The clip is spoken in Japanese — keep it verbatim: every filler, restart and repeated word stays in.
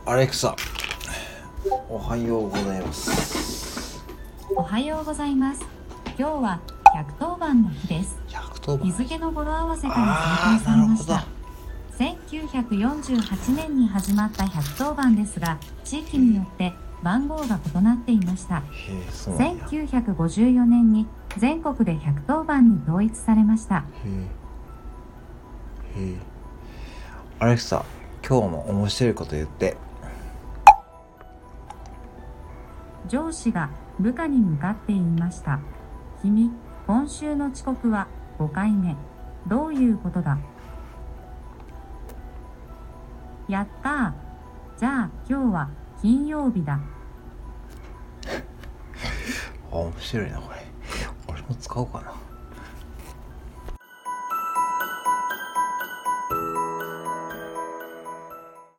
アレクサ、おはようございます。 おはようございます。今日はひゃくとおばんの日です。 ひゃくとおばん、 日付の語呂合わせから制定されました。せんきゅうひゃくよんじゅうはちねんに始まったひゃくとおばんですが、地域によって番号が異なっていました。せんきゅうひゃくごじゅうよねんに全国でひゃくとおばんに統一されました。 へへアレクサ、今日も面白いこと言って。 上司が部下に向かって言いました。君、今週の遅刻はごかいめ。どういうことだ？やったー。じゃあ今日は金曜日だ。 面白いなこれ。俺も使おうかな。